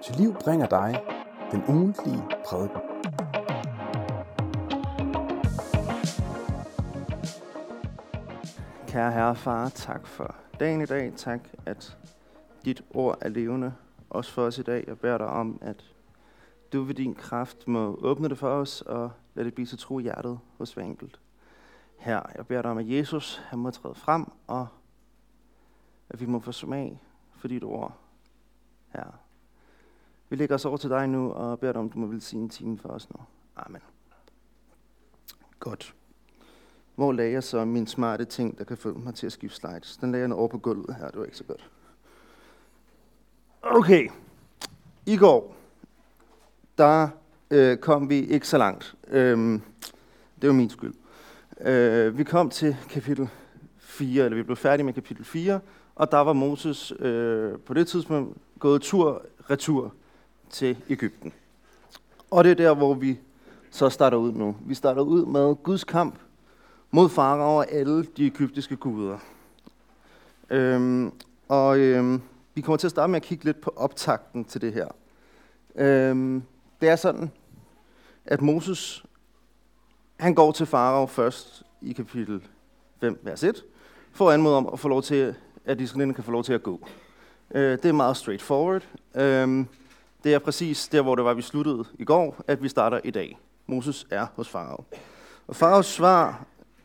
til liv bringer dig den ugentlige prædiken. Kære Herre Far, tak for dagen i dag. Tak, at dit ord er levende, også for os i dag. Jeg beder dig om, at du ved din kraft må åbne det for os, og lad det blive så tro i hjertet hos hver enkelt. Her, jeg beder dig om, at Jesus han må træde frem, og at vi må få smag for dit ord. Her. Vi lægger os over til dig nu, og beder dig om, du må velsigne en time for os nu. Amen. Godt. Hvor lagde jeg så min smarte ting, der kan få mig til at skifte slides? Den lagde jeg over på gulvet her, det var ikke så godt. Okay, i går, der kom vi ikke så langt. Det var min skyld. Vi kom til kapitel 4, eller vi blev færdige med kapitel 4, og der var Moses på det tidspunkt gået tur-retur til Egypten. Og det er der, hvor vi så starter ud nu. Vi starter ud med Guds kamp mod farao og alle de egyptiske guder. Vi kommer til at starte med at kigge lidt på optakten til det her. Det er sådan, at Moses, han går til farao først i kapitel 5, vers 1, for at anmode om at få lov til, at israelitterne kan få lov til at gå. Det er meget straightforward. Det er præcis der, hvor det var, vi sluttede i går, at vi starter i dag. Moses er hos farao. Og faraos svar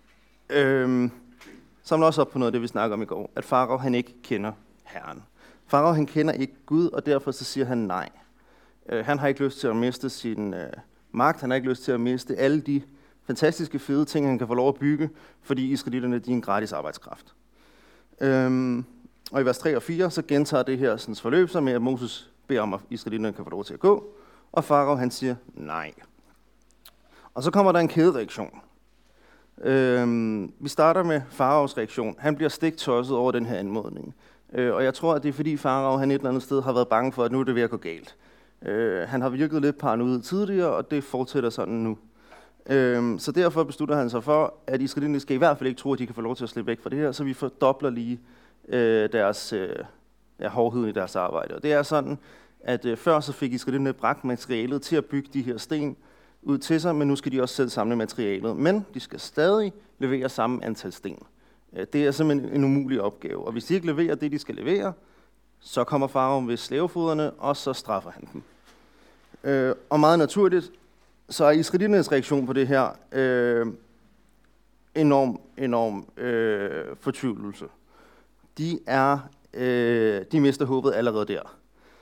samler også op på noget af det, vi snakker om i går, at farao han ikke kender Herren. Farao han kender ikke Gud, og derfor så siger han nej. Han har ikke lyst til at miste sin magt, han har ikke lyst til at miste alle de fantastiske fede ting, han kan få lov at bygge, fordi israelitterne de er en gratis arbejdskraft. Og i vers 3 og 4, så gentager det her sådan forløb sig med, at Moses beder om, at israelitterne kan få lov til at gå, og farao han siger nej. Og så kommer der en kædereaktion. Vi starter med faraos reaktion. Han bliver stiktosset over den her anmodning. Og jeg tror, at det er fordi farao han et eller andet sted har været bange for, at nu er det ved at gå galt. Han har virket lidt paranoid tidligere, og det fortsætter sådan nu. Så derfor beslutter han sig for, at israelitterne skal i hvert fald ikke tro, at de kan få lov til at slippe væk fra det her, så vi fordobler lige deres hårdhed i deres arbejde. Og det er sådan, at før så fik israelitterne bragt materialet til at bygge de her sten ud til sig, men nu skal de også selv samle materialet. Men de skal stadig levere samme antal sten. Det er simpelthen en umulig opgave. Og hvis de ikke leverer det, de skal levere, så kommer faraoen ved slavefoderne, og så straffer han dem. Og meget naturligt, så er israelitternes reaktion på det her enorm fortvivlelse. De mister håbet allerede der.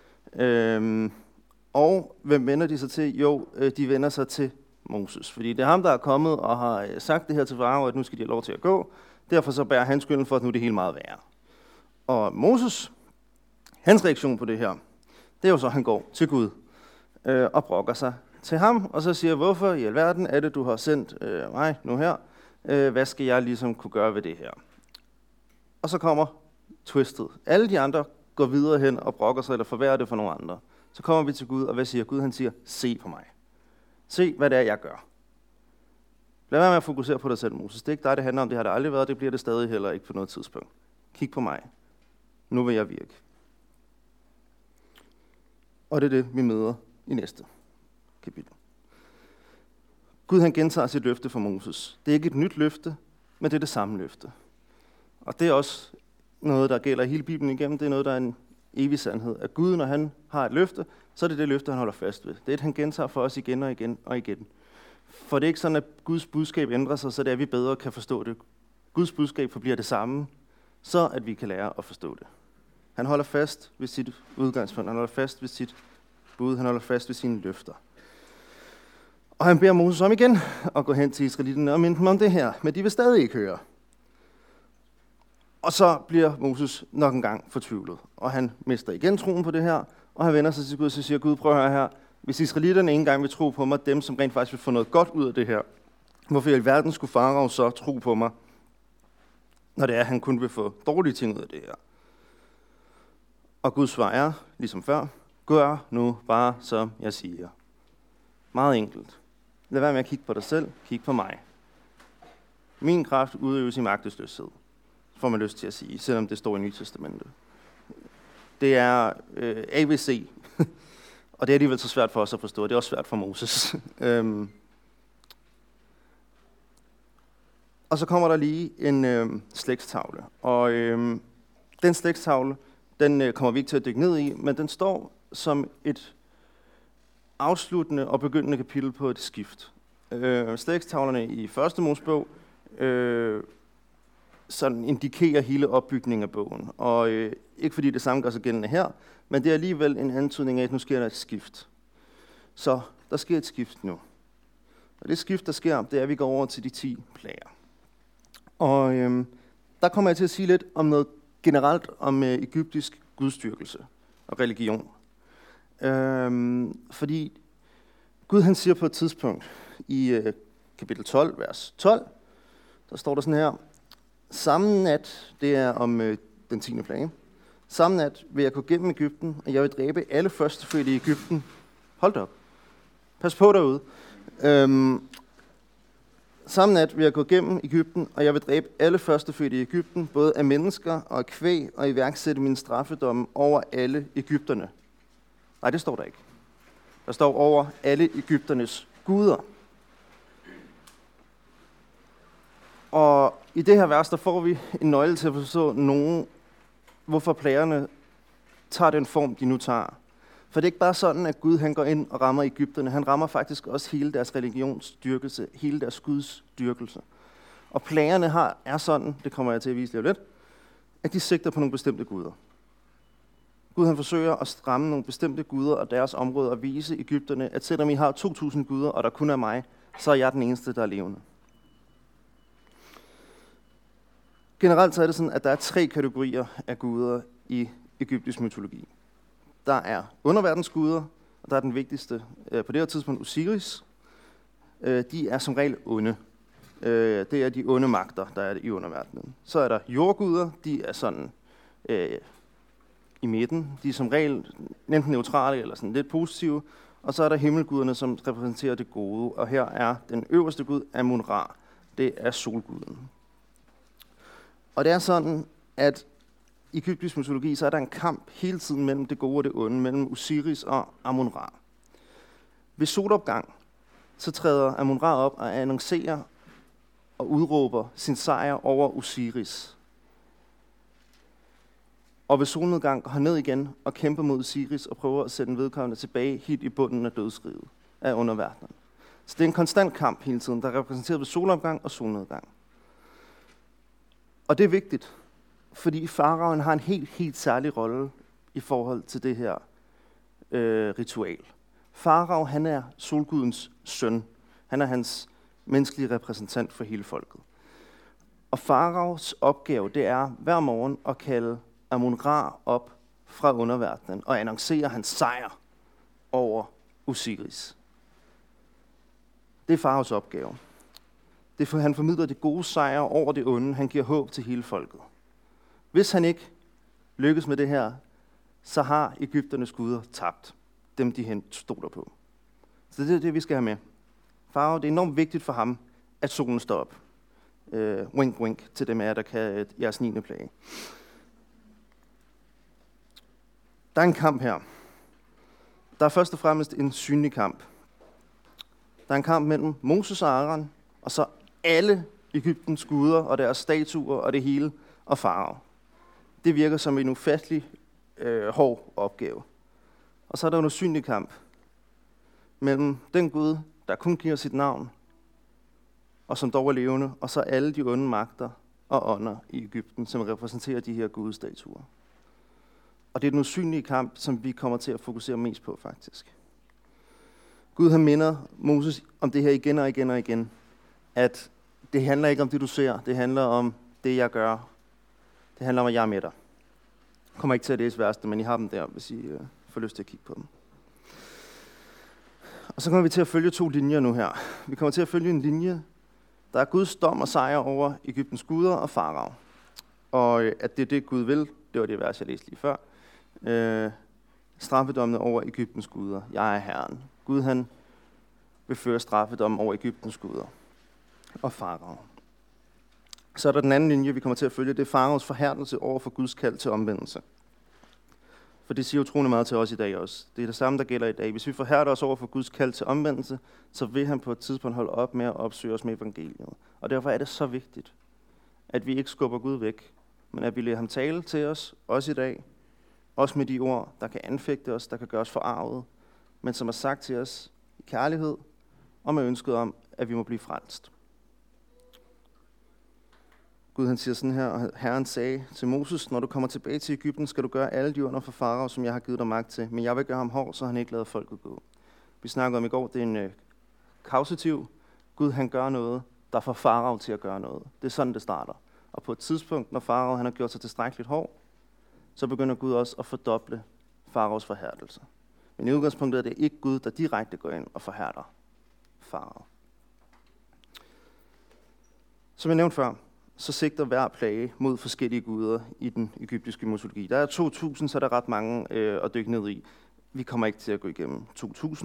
Og hvem vender de sig til? Jo, de vender sig til Moses. Fordi det er ham, der er kommet og har sagt det her til farao, at nu skal de have lov til at gå. Derfor så bærer han skylden for, at nu er det helt meget værre. Og Moses, hans reaktion på det her, det er jo så, at han går til Gud og brokker sig til ham, og så siger, hvorfor i alverden er det, du har sendt mig nu her? Hvad skal jeg ligesom kunne gøre ved det her? Og så kommer twistet. Alle de andre går videre hen og brokker sig, eller forværrer det for nogle andre. Så kommer vi til Gud, og hvad siger Gud? Han siger, se på mig. Se, hvad det er, jeg gør. Lad være med at fokusere på dig selv, Moses. Det er ikke dig, det handler om. Det har det aldrig været, det bliver det stadig heller ikke på noget tidspunkt. Kig på mig. Nu vil jeg virke. Og det er det, vi møder i næste kapitel. Gud han gentager sit løfte for Moses. Det er ikke et nyt løfte, men det er det samme løfte. Og det er også noget, der gælder i hele Bibelen igennem. Det er noget, der er en evig sandhed. At Gud, når han har et løfte, så er det det løfte, han holder fast ved. Det er et, han gentager for os igen og igen og igen. For det er ikke sådan, at Guds budskab ændrer sig, så det er, at vi bedre kan forstå det. Guds budskab forbliver det samme, så at vi kan lære at forstå det. Han holder fast ved sit udgangspunkt. Han holder fast ved sit bud. Han holder fast ved sine løfter. Og han beder Moses om igen at gå hen til israelitterne og minde dem om det her, men de vil stadig ikke høre. Og så bliver Moses nok en gang fortvivlet, og han mister igen troen på det her, og han vender sig til Gud og siger, Gud, prøv at høre her, hvis israelitterne ikke engang vil tro på mig, dem som rent faktisk vil få noget godt ud af det her, hvorfor i alverden skulle farao så tro på mig, når det er, at han kun vil få dårlige ting ud af det her? Og Guds svar er, ligesom før, gør nu bare, som jeg siger. Meget enkelt. Lad være med at kigge på dig selv, kig på mig. Min kraft udøves i magtesløshed, får man lyst til at sige, selvom det står i Nye Testamentet. Det er ABC. Og det er alligevel så svært for os at forstå. Det er også svært for Moses. Og så kommer der lige en slægtstavle. Og den slægtstavle, den kommer vi ikke til at dykke ned i, men den står som et afsluttende og begyndende kapitel på et skift. Slægtstavlerne i første Mosebog sådan indikerer hele opbygningen af bogen. Og ikke fordi det samme gør sig gældende her, men det er alligevel en antydning af, at nu sker der et skift. Så der sker et skift nu. Og det skift, der sker, det er, at vi går over til de 10 plager. Og der kommer jeg til at sige lidt om noget generelt om egyptisk gudstyrkelse og religion. Fordi Gud han siger på et tidspunkt i kapitel 12, vers 12, der står der sådan her: samme nat, det er om den 10. plage, samme nat vil jeg gå gennem Egypten, og jeg vil dræbe alle førstefødte i Egypten. Hold da op. Pas på derude. Samme nat vil jeg gå gennem Egypten, og jeg vil dræbe alle førstefødte i Egypten, både af mennesker og af kvæg, og iværksætte min straffedomme over alle egypterne. Nej, det står der ikke. Der står over alle egypternes guder. Og i det her vers, der får vi en nøgle til at forstå hvorfor plagerne tager den form, de nu tager. For det er ikke bare sådan, at Gud han går ind og rammer egypterne. Han rammer faktisk også hele deres religionsdyrkelse, hele deres gudsdyrkelse. Og plagerne er sådan, det kommer jeg til at vise lige lidt, at de sigter på nogle bestemte guder. Gud han forsøger at stramme nogle bestemte guder og deres område og vise egypterne, at selvom I har 2.000 guder, og der kun er mig, så er jeg den eneste, der er levende. Generelt så er det sådan, at der er 3 kategorier af guder i egyptisk mytologi. Der er underverdensguder, og der er den vigtigste på det her tidspunkt Osiris. De er som regel onde. Det er de onde magter, der er i underverdenen. Så er der jordguder, de er sådan i midten. De er som regel enten neutrale eller sådan lidt positive. Og så er der himmelguderne, som repræsenterer det gode. Og her er den øverste gud Amun-Ra. Det er solguden. Og det er sådan, at i egyptisk mytologi, så er der en kamp hele tiden mellem det gode og det onde, mellem Osiris og Amun-Ra. Ved solopgang, så træder Amun-Ra op og annoncerer og udråber sin sejr over Osiris. Og ved solnedgang går han ned igen og kæmper mod Osiris og prøver at sætte den vedkommende tilbage helt i bunden af dødsriget af underverdenen. Så det er en konstant kamp hele tiden, der er repræsenteret ved solopgang og solnedgang. Og det er vigtigt, fordi faraoen har en helt særlig rolle i forhold til det her ritual. Farao, han er solgudens søn. Han er hans menneskelige repræsentant for hele folket. Og faraos opgave, det er hver morgen at kalde Amun-Ra op fra underverdenen og annoncere hans sejr over Osiris. Det er faraos opgave. Han formidler det gode sejr over det onde. Han giver håb til hele folket. Hvis han ikke lykkes med det her, så har egypternes guder tabt dem, de stoler på. Så det er det, vi skal have med. Farao, det er enormt vigtigt for ham, at solen står op. Wink, wink til dem af jer, der kan jeres 9. plage. Der er en kamp her. Der er først og fremmest en synlig kamp. Der er en kamp mellem Moses og Aaron, og så alle Egyptens guder og deres statuer og det hele, og farao. Det virker som en ufattelig hård opgave. Og så er der en usynlig kamp mellem den Gud, der kun giver sit navn, og som dog er levende, og så alle de onde magter og ånder i Egypten, som repræsenterer de her gudestatuer. Og det er den usynlige kamp, som vi kommer til at fokusere mest på, faktisk. Gud han minder Moses om det her igen og igen og igen, at det handler ikke om det, du ser, det handler om det, jeg gør. Det handler om, at jeg er med dig. Jeg kommer ikke til at læse versene, men I har dem der, hvis I får lyst til at kigge på dem. Og så kommer vi til at følge 2 linjer nu her. Vi kommer til at følge en linje, der er Guds dom og sejr over Egyptens guder og farao. Og at det er det, Gud vil, det var det vers, jeg læste lige før. Straffedommene over Egyptens guder. Jeg er Herren. Gud han vil føre straffedommen over Egyptens guder og farao. Så er der den anden linje, vi kommer til at følge. Det er faraos forhærdelse over for Guds kald til omvendelse. For det siger utrolig meget til os i dag også. Det er det samme, der gælder i dag. Hvis vi forhærder os over for Guds kald til omvendelse, så vil han på et tidspunkt holde op med at opsøge os med evangeliet. Og derfor er det så vigtigt, at vi ikke skubber Gud væk, men at vi lader ham tale til os, også i dag, også med de ord, der kan anfægte os, der kan gøre os forarvet, men som er sagt til os i kærlighed og med ønsket om, at vi må blive frelst. Gud han siger sådan her, og Herren sagde til Moses, når du kommer tilbage til Egypten, skal du gøre alle de under for farao, som jeg har givet dig magt til, men jeg vil gøre ham hård, så han ikke lader folket gå. Vi snakkede om i går, det er en kausativ. Gud han gør noget, der får farao til at gøre noget. Det er sådan, det starter. Og på et tidspunkt, når farao han har gjort sig tilstrækkeligt hård, så begynder Gud også at fordoble faraos forhærdelse. Men i udgangspunktet er det ikke Gud, der direkte går ind og forhærder farao. Som jeg nævnte før, så sigter hver plage mod forskellige guder i den egyptiske mytologi. Der er 2.000, så er der ret mange at dykke ned i. Vi kommer ikke til at gå igennem 2.000.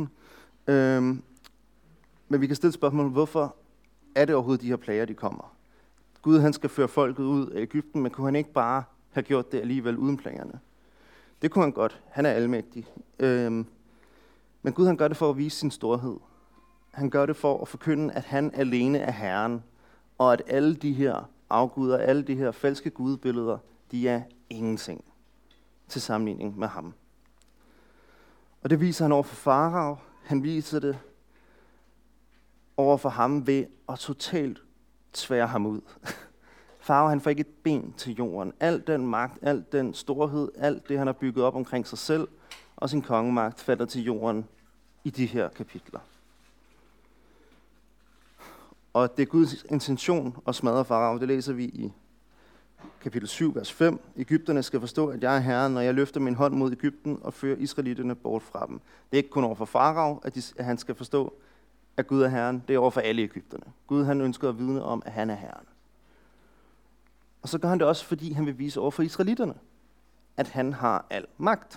Men vi kan stille spørgsmålet, hvorfor er det overhovedet de her plager, de kommer? Gud han skal føre folket ud af Egypten, men kunne han ikke bare have gjort det alligevel uden plagerne? Det kunne han godt. Han er almægtig. Men Gud han gør det for at vise sin storhed. Han gør det for at forkynde, at han alene er Herren, og at alle de her afguder, alle de her falske gudebilleder, de er ingenting til sammenligning med ham. Og det viser han over for farao. Han viser det over for ham ved at totalt tvære ham ud. Farao han får ikke et ben til jorden. Al den magt, al den storhed, alt det han har bygget op omkring sig selv og sin kongemagt falder til jorden i de her kapitler. Og det er Guds intention at smadre farao. Det læser vi i kapitel 7, vers 5. Egypterne skal forstå, at jeg er Herren, når jeg løfter min hånd mod Egypten og fører israelitterne bort fra dem. Det er ikke kun over for farao, at han skal forstå, at Gud er Herren. Det er over for alle egypterne. Gud han ønsker at vidne om, at han er Herren. Og så gør han det også, fordi han vil vise over for israelitterne, at han har al magt.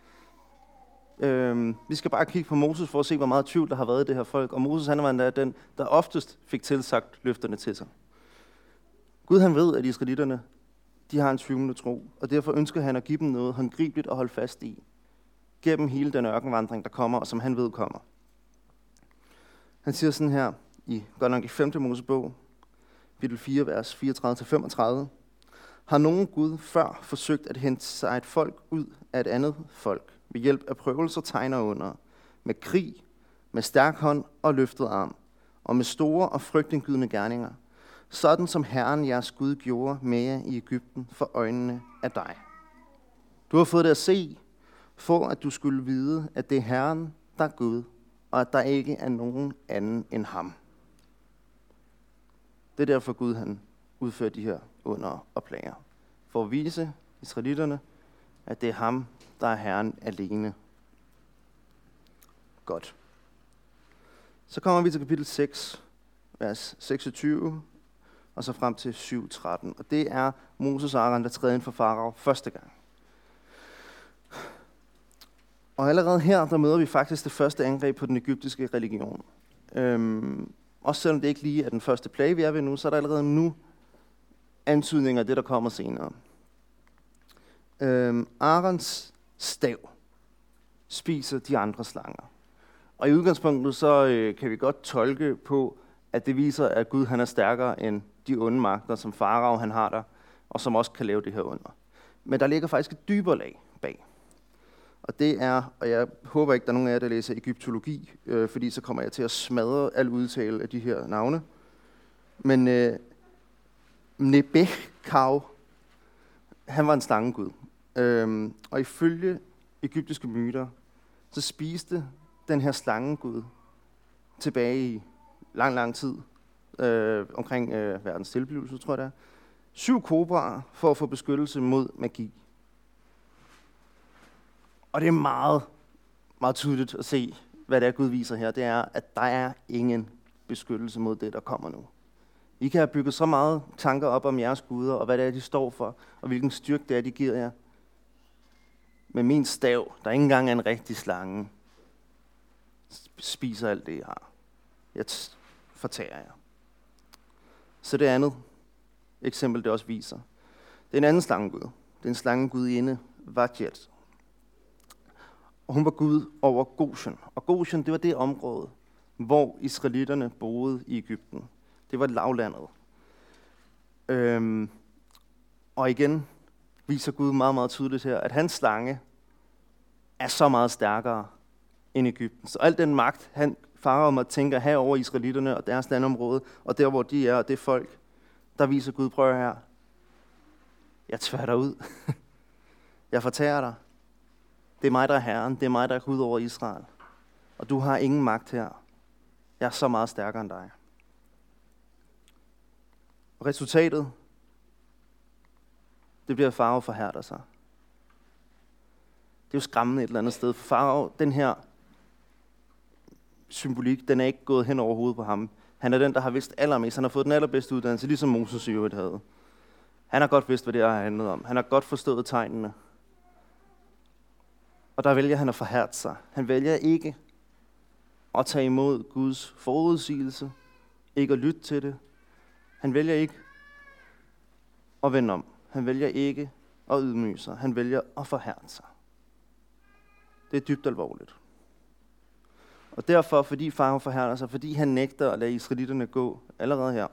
Vi skal bare kigge på Moses for at se, hvor meget tvivl der har været i det her folk. Og Moses han var endda den, der oftest fik tilsagt løfterne til sig. Gud han ved, at israelitterne de har en tvivlende tro, og derfor ønsker han at give dem noget håndgribeligt at holde fast i, gennem hele den ørkenvandring, der kommer, og som han ved kommer. Han siger sådan her, godt nok i 5. Mosebog, kapitel 4, vers 34-35. Har nogen Gud før forsøgt at hente sig et folk ud af et andet folk, ved hjælp af prøvelser, tegner under, med krig, med stærk hånd og løftet arm, og med store og frygtindgydende gerninger, sådan som Herren jeres Gud gjorde med jer i Egypten for øjnene af dig. Du har fået det at se, for at du skulle vide, at det er Herren, der er Gud, og at der ikke er nogen anden end ham. Det er derfor Gud han udfører de her under og plager, for at vise israelitterne, at det er ham, der er Herren alene. Godt. Så kommer vi til kapitel 6, vers 26, og så frem til 7:13. Og det er Moses og Aaron, der træder ind for farao første gang. Og allerede her, der møder vi faktisk det første angreb på den egyptiske religion. Også selvom det ikke lige er den første plage, vi er ved nu, så er der allerede nu antydninger af det, der kommer senere. Aarons stav spiser de andre slanger. Og i udgangspunktet så kan vi godt tolke på, at det viser, at Gud han er stærkere end de onde magter, som farao han har der, og som også kan lave det her under. Men der ligger faktisk et dybere lag bag. Og det er, og jeg håber ikke, der er nogen af jer, der læser egyptologi, fordi så kommer jeg til at smadre al udtale af de her navne. Men Nebekhau, han var en slangegud. Og ifølge egyptiske myter, så spiste den her slangegud tilbage i lang tid, omkring verdens tilblivelse, tror jeg det er, 7 kobraer for at få beskyttelse mod magi. Og det er meget, meget tydeligt at se, hvad det er, Gud viser her. Det er, at der er ingen beskyttelse mod det, der kommer nu. I kan have bygget så meget tanker op om jeres guder, og hvad det er, de står for, og hvilken styrke det er, de giver jer. Men min stav, der ikke engang er en rigtig slange, spiser alt det, jeg har. Jeg fortærer jer. Så det andet eksempel, det også viser. Det er en anden slangegud. Det er en slangegudinde, Vatjet. Og hun var Gud over Goshen. Og Goshen, det var det område, hvor israelitterne boede i Egypten. Det var lavlandet. Og igen viser Gud meget, meget tydeligt her, at hans slange er så meget stærkere end Egypten. Så al den magt, Farao måtte tænke at have over israelitterne og deres landområde, og der hvor de er, og det folk, der viser Gud, prøv her. Jeg tværter ud. Jeg fortærer dig. Det er mig, der er Herren. Det er mig, der er Gud over Israel. Og du har ingen magt her. Jeg er så meget stærkere end dig. Og resultatet, det bliver, at Farao forhærder sig. Det er jo skræmmende et eller andet sted. For Farao, den her symbolik, den er ikke gået hen over hovedet på ham. Han er den, der har vidst allermest. Han har fået den allerbedste uddannelse, ligesom Moses i øvrigt havde. Han har godt vidst, hvad det har handlet om. Han har godt forstået tegnene. Og der vælger han at forhærde sig. Han vælger ikke at tage imod Guds forudsigelse, ikke at lytte til det. Han vælger ikke at vende om. Han vælger ikke at ydmyge sig. Han vælger at forhærde sig. Det er dybt alvorligt. Og derfor, fordi Farao forhærder sig, fordi han nægter at lade israelitterne gå allerede her,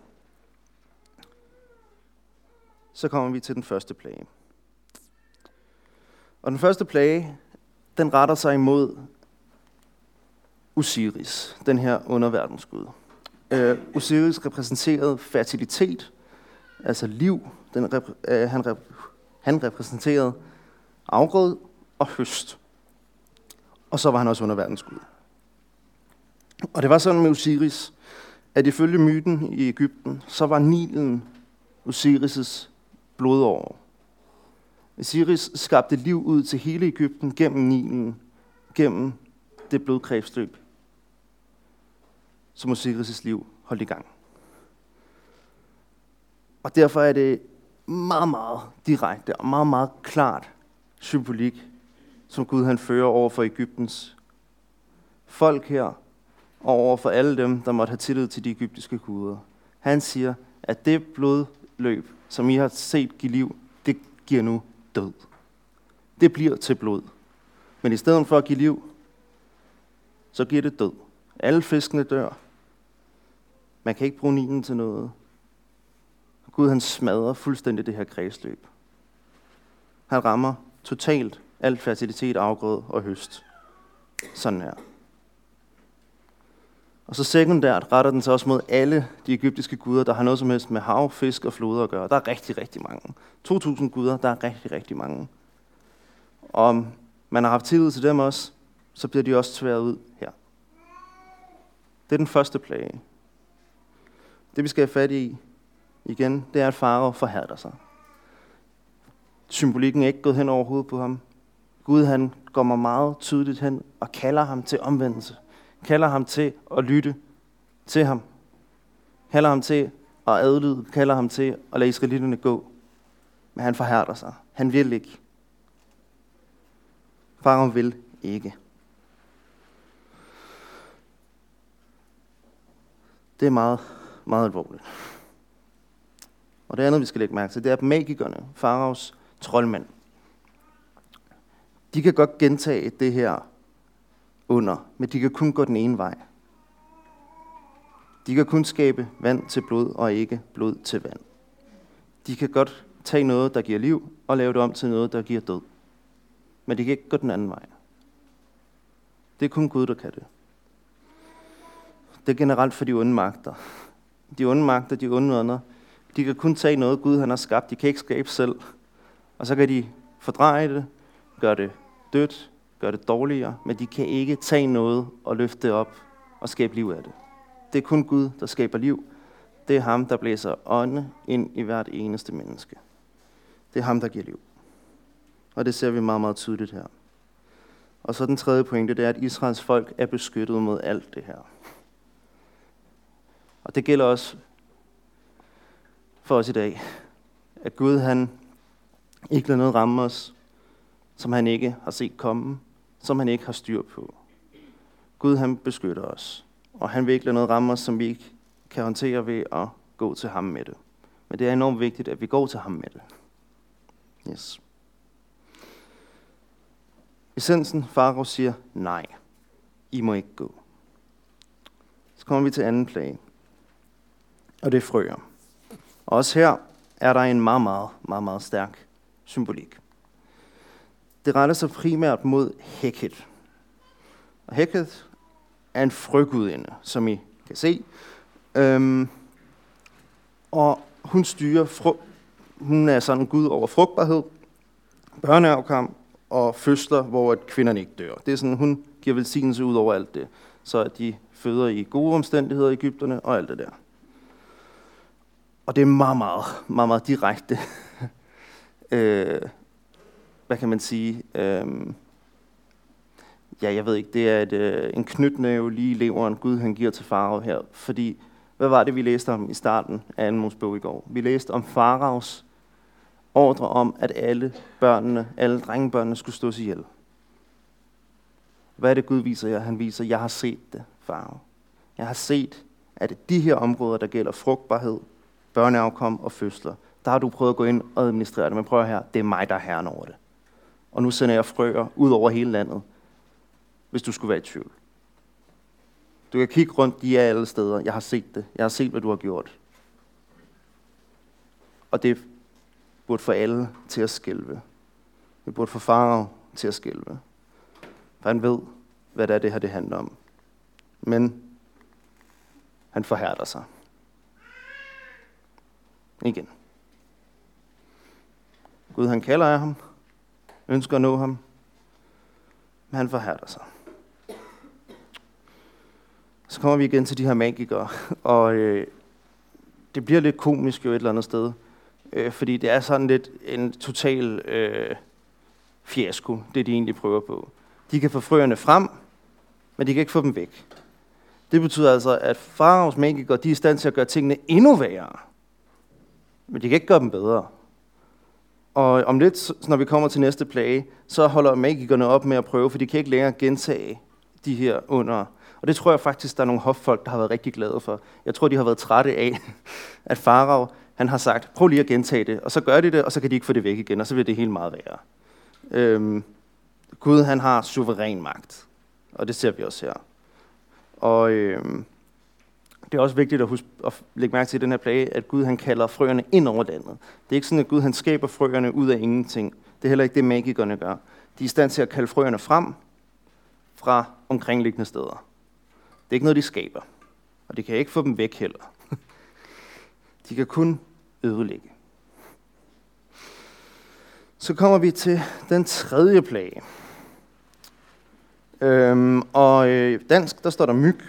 så kommer vi til den første plage. Og den første plage, den retter sig imod Osiris, den her underverdensgud. Osiris repræsenterede fertilitet, altså liv. Han repræsenterede afgrød og høst. Og så var han også underverdensgud. Og det var sådan med Osiris, at ifølge myten i Egypten, så var Nilen Osiris' blodår. Osiris skabte liv ud til hele Egypten gennem Nilen, gennem det blodkredsløb, som Osiris' liv holdt i gang. Og derfor er det meget, meget direkte og meget, meget klart symbolik, som Gud han fører over for Egyptens folk her, og over for alle dem, der måtte have tillid til de egyptiske guder. Han siger, at det blodløb, som I har set give liv, det giver nu død. Det bliver til blod. Men i stedet for at give liv, så giver det død. Alle fiskene dør. Man kan ikke bruge Nilen til noget. Gud han smadrer fuldstændig det her kredsløb. Han rammer totalt alt fertilitet, afgrød og høst. Sådan her. Og så sekundært retter den sig også mod alle de egyptiske guder, der har noget som helst med hav, fisk og floder at gøre. Der er rigtig, rigtig mange. 2.000 guder, der er rigtig, rigtig mange. Og om man har haft tillid til dem også, så bliver de også tværet ud her. Det er den første plage. Det vi skal have fat i igen, det er, at Farao forhærder sig. Symbolikken er ikke gået hen over hovedet på ham. Gud han går meget tydeligt hen og kalder ham til omvendelse. Kalder ham til at lytte til ham. Kalder ham til at adlyde. Kalder ham til at lade israelitterne gå. Men han forhærder sig. Han vil ikke. Farao vil ikke. Det er meget, meget alvorligt. Og det andet, vi skal lægge mærke til, det er, at magikerne, Faraos troldmænd, de kan godt gentage det her under, men de kan kun gå den ene vej. De kan kun skabe vand til blod, og ikke blod til vand. De kan godt tage noget, der giver liv, og lave det om til noget, der giver død. Men de kan ikke gå den anden vej. Det er kun Gud, der kan det. Det er generelt for de onde magter. De onde magter, de onde ånder, de kan kun tage noget, Gud han har skabt. De kan ikke skabe selv. Og så kan de fordreje det, gøre det dødt, gøre det dårligere, men de kan ikke tage noget og løfte det op og skabe liv af det. Det er kun Gud, der skaber liv. Det er ham, der blæser ånde ind i hvert eneste menneske. Det er ham, der giver liv. Og det ser vi meget, meget tydeligt her. Og så den tredje pointe, det er, at Israels folk er beskyttet mod alt det her. Og det gælder også for os i dag, at Gud han ikke lader noget ramme os, som han ikke har set komme, som han ikke har styr på. Gud han beskytter os, og han vil ikke lade noget ramme os, som vi ikke kan håndtere ved at gå til ham med det. Men det er enormt vigtigt, at vi går til ham med det. Yes. Essensen, Farao siger, nej, I må ikke gå. Så kommer vi til anden plage, og det er frøer. Og også her er der en meget stærk symbolik. Det retter sig primært mod Heket. Og Heket er en frøgudinde, som I kan se. Og hun styrer hun er sådan en gud over frugtbarhed, børneafkom og fødsler, hvor at kvinderne ikke dør. Det er sådan, hun giver velsignelse ud over alt det, så at de føder i gode omstændigheder i Egypterne og alt det der. Og det er meget direkte. Hvad kan man sige? Jeg ved ikke, det er en knytnæve lige i leveren, Gud han giver til Farao her. Fordi, hvad var det, vi læste om i starten af 2. Mosebog i går? Vi læste om Faraos ordre om, at alle drengebørnene skulle stås ihjel. Hvad er det, Gud viser jer? Han viser, jeg har set det, Farao. Jeg har set, at de her områder, der gælder frugtbarhed, børneafkom og fødsler, der har du prøvet at gå ind og administrere det. Men prøv her, det er mig, der er herren over det. Og nu sender jeg frøer ud over hele landet, hvis du skulle være i tvivl. Du kan kigge rundt, de er alle steder. Jeg har set det. Jeg har set, hvad du har gjort. Og det burde få alle til at skælve. Det burde få Farao til at skælve. For han ved, hvad det her det handler om. Men han forhærder sig. Igen. Gud han kalder af ham, ønsker at nå ham, men han forhærder sig. Så kommer vi igen til de her magikere, og det bliver lidt komisk jo et eller andet sted, fordi det er sådan lidt en total fiasko, det de egentlig prøver på. De kan få frøerne frem, men de kan ikke få dem væk. Det betyder altså, at Faraos magikere, de er i stand til at gøre tingene endnu værre, men de kan ikke gøre dem bedre. Og om lidt, når vi kommer til næste plage, så holder magikerne op med at prøve, for de kan ikke længere gentage de her under. Og det tror jeg faktisk, der er nogle hoffolk, der har været rigtig glade for. Jeg tror, de har været trætte af, at Farao, han har sagt, prøv lige at gentage det, og så gør de det, og så kan de ikke få det væk igen, og så bliver det helt meget værre. Gud, han har suveræn magt, og det ser vi også her. Og det er også vigtigt at lægge mærke til i den her plage, at Gud han kalder frøerne ind over landet. Det er ikke sådan, at Gud han skaber frøerne ud af ingenting. Det er heller ikke det, magikerne gør. De er i stand til at kalde frøerne frem fra omkringliggende steder. Det er ikke noget, de skaber. Og de kan ikke få dem væk heller. De kan kun ødelægge. Så kommer vi til den tredje plage. Og dansk, der står der myg.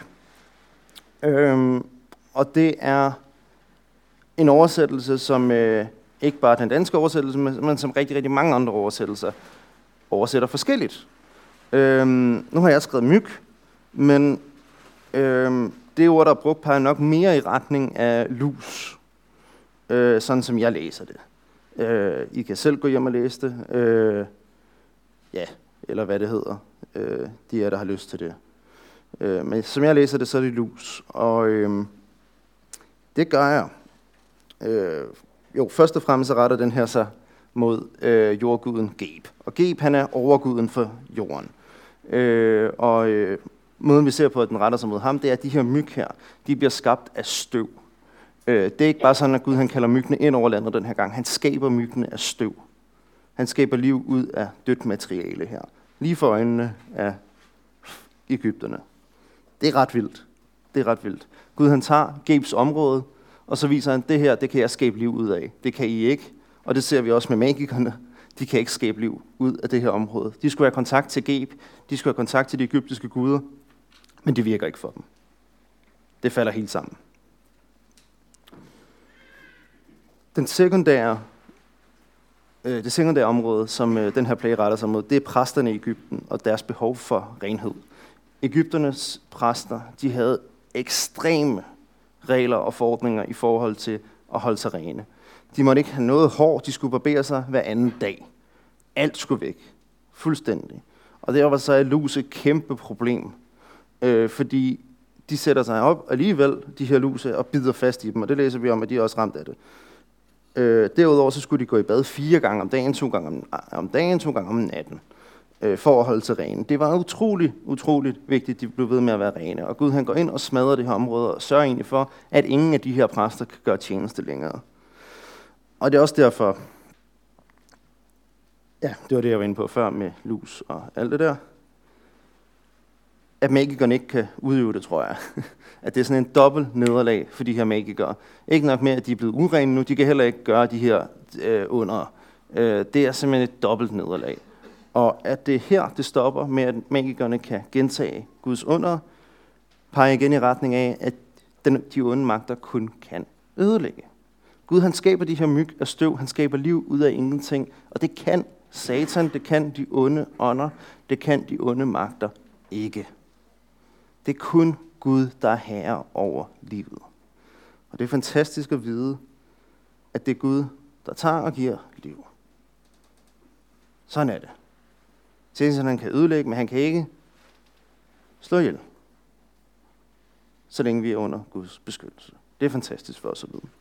Og det er en oversættelse, som ikke bare den danske oversættelse, men som rigtig mange andre oversættelser oversætter forskelligt. Nu har jeg skrevet myg, men det ord, der er brugt, peger nok mere i retning af lus, sådan som jeg læser det. I kan selv gå hjem og læse det, eller hvad det hedder, de af der har lyst til det. Men som jeg læser det, så er det lus, og det gør jeg. Først og fremmest så retter den her sig mod jordguden Geb. Og Geb, han er overguden for jorden. Måden vi ser på, at den retter sig mod ham, det er, at de her myg her, de bliver skabt af støv. Det er ikke bare sådan, at Gud han kalder myggene ind over landet den her gang. Han skaber myggene af støv. Han skaber liv ud af dødt materiale her. Lige for øjnene af Egypterne. Det er ret vildt. Gud han tager Gebs område, og så viser han, det her, det kan jeg skabe liv ud af. Det kan I ikke. Og det ser vi også med magikerne. De kan ikke skabe liv ud af det her område. De skulle have kontakt til Geb. De skulle have kontakt til de egyptiske guder. Men det virker ikke for dem. Det falder helt sammen. Det sekundære område, som den her plage retter sig mod, det er præsterne i Egypten og deres behov for renhed. Egypternes præster, de havde ekstreme regler og forordninger i forhold til at holde sig rene. De måtte ikke have noget hår, de skulle barbere sig hver anden dag. Alt skulle væk. Fuldstændig. Og det var så lus et kæmpe problem, fordi de sætter sig op alligevel, de her luse, og bider fast i dem, og det læser vi om, at de er også ramt af det. Derudover så skulle de gå i bad 4 gange om dagen, 2 gange om dagen, 2 gange om natten. for at holde til rene. Det var utroligt vigtigt, at de blev ved med at være rene. Og Gud han går ind og smadrer det her område og sørger egentlig for, at ingen af de her præster kan gøre tjeneste længere. Og det er også derfor, ja, det var det, jeg var inde på før med lus og alt det der, at magikerne ikke kan udøve det, tror jeg. At det er sådan en dobbelt nederlag for de her magikere. Ikke nok med, at de er blevet urene nu, de kan heller ikke gøre de her under. Det er simpelthen et dobbelt nederlag. Og at det her, det stopper med, at magikerne kan gentage Guds under, peger igen i retning af, at de onde magter kun kan ødelægge. Gud han skaber de her myg af støv, han skaber liv ud af ingenting, og det kan Satan, det kan de onde ånder, det kan de onde magter ikke. Det er kun Gud, der er herre over livet. Og det er fantastisk at vide, at det er Gud, der tager og giver liv. Sådan er det. Satan han kan ødelægge, men han kan ikke slå ihjel. Så længe vi er under Guds beskyttelse. Det er fantastisk for os at vide.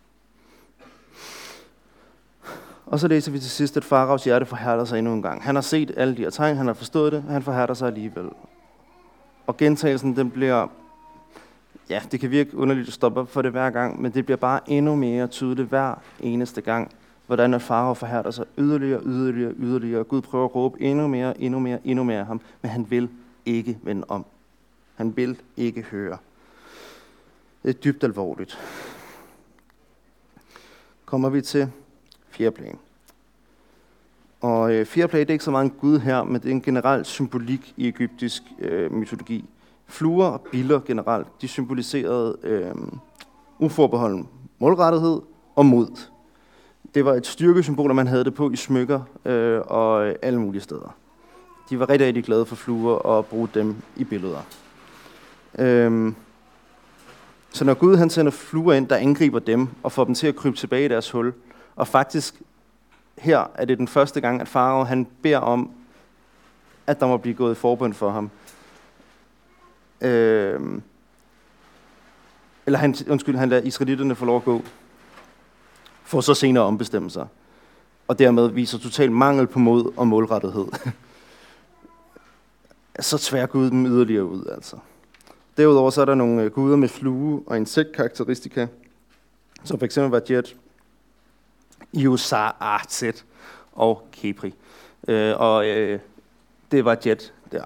Og så læser vi til sidst, at Faraos hjerte forhærder sig endnu en gang. Han har set alle de her tegn, han har forstået det, og han forhærder sig alligevel. Og gentagelsen, den bliver, ja, det kan virke underligt at stoppe op for det hver gang, men det bliver bare endnu mere tydeligt hver eneste gang, hvordan at Farao forhærder sig yderligere. Gud prøver at råbe endnu mere af ham, men han vil ikke vende om. Han vil ikke høre. Det er dybt alvorligt. Kommer vi til fjerde plage. Og fjerde plage, det er ikke så meget en gud her, men det er en generel symbolik i egyptisk mytologi. Fluer og biller generelt, de symboliserede uforbeholden målrettighed og mod. Det var et styrkesymbol, og man havde det på i smykker og alle mulige steder. De var rigtig glade for fluer og bruge dem i billeder. Så når Gud han sender fluer ind, der angriber dem og får dem til at krybe tilbage i deres hul, og faktisk her er det den første gang, at Farao han beder om, at der må blive gået i forbøn for ham. Han lader israelitterne få lov at gå, for så senere ombestemme sig, og dermed viser total mangel på mod og målrettighed. Så tvær Gud dem yderligere ud, altså. Derudover så er der nogle guder med flue og insektkarakteristika, som for eksempel var Jet, Iosar-Zet og Kepri. Det var Jet der.